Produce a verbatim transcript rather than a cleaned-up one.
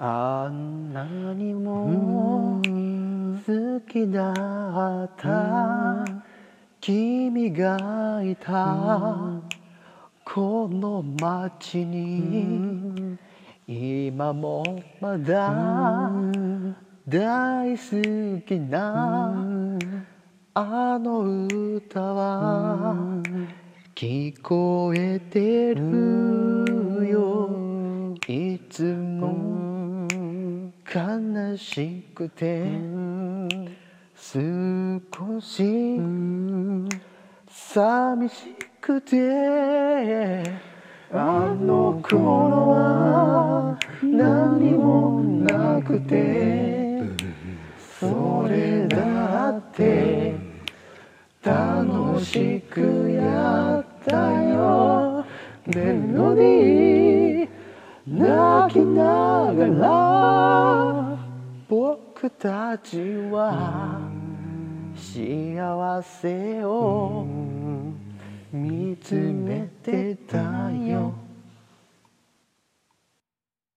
あんなにも好きだった君がいたこの街に今もまだ大好きなあの歌は聞こえてるよいつも悲しくて少し寂しくてあの頃は何もなくてそれだって楽しくやったよメロディー泣きながら僕たちは幸せを見つめてた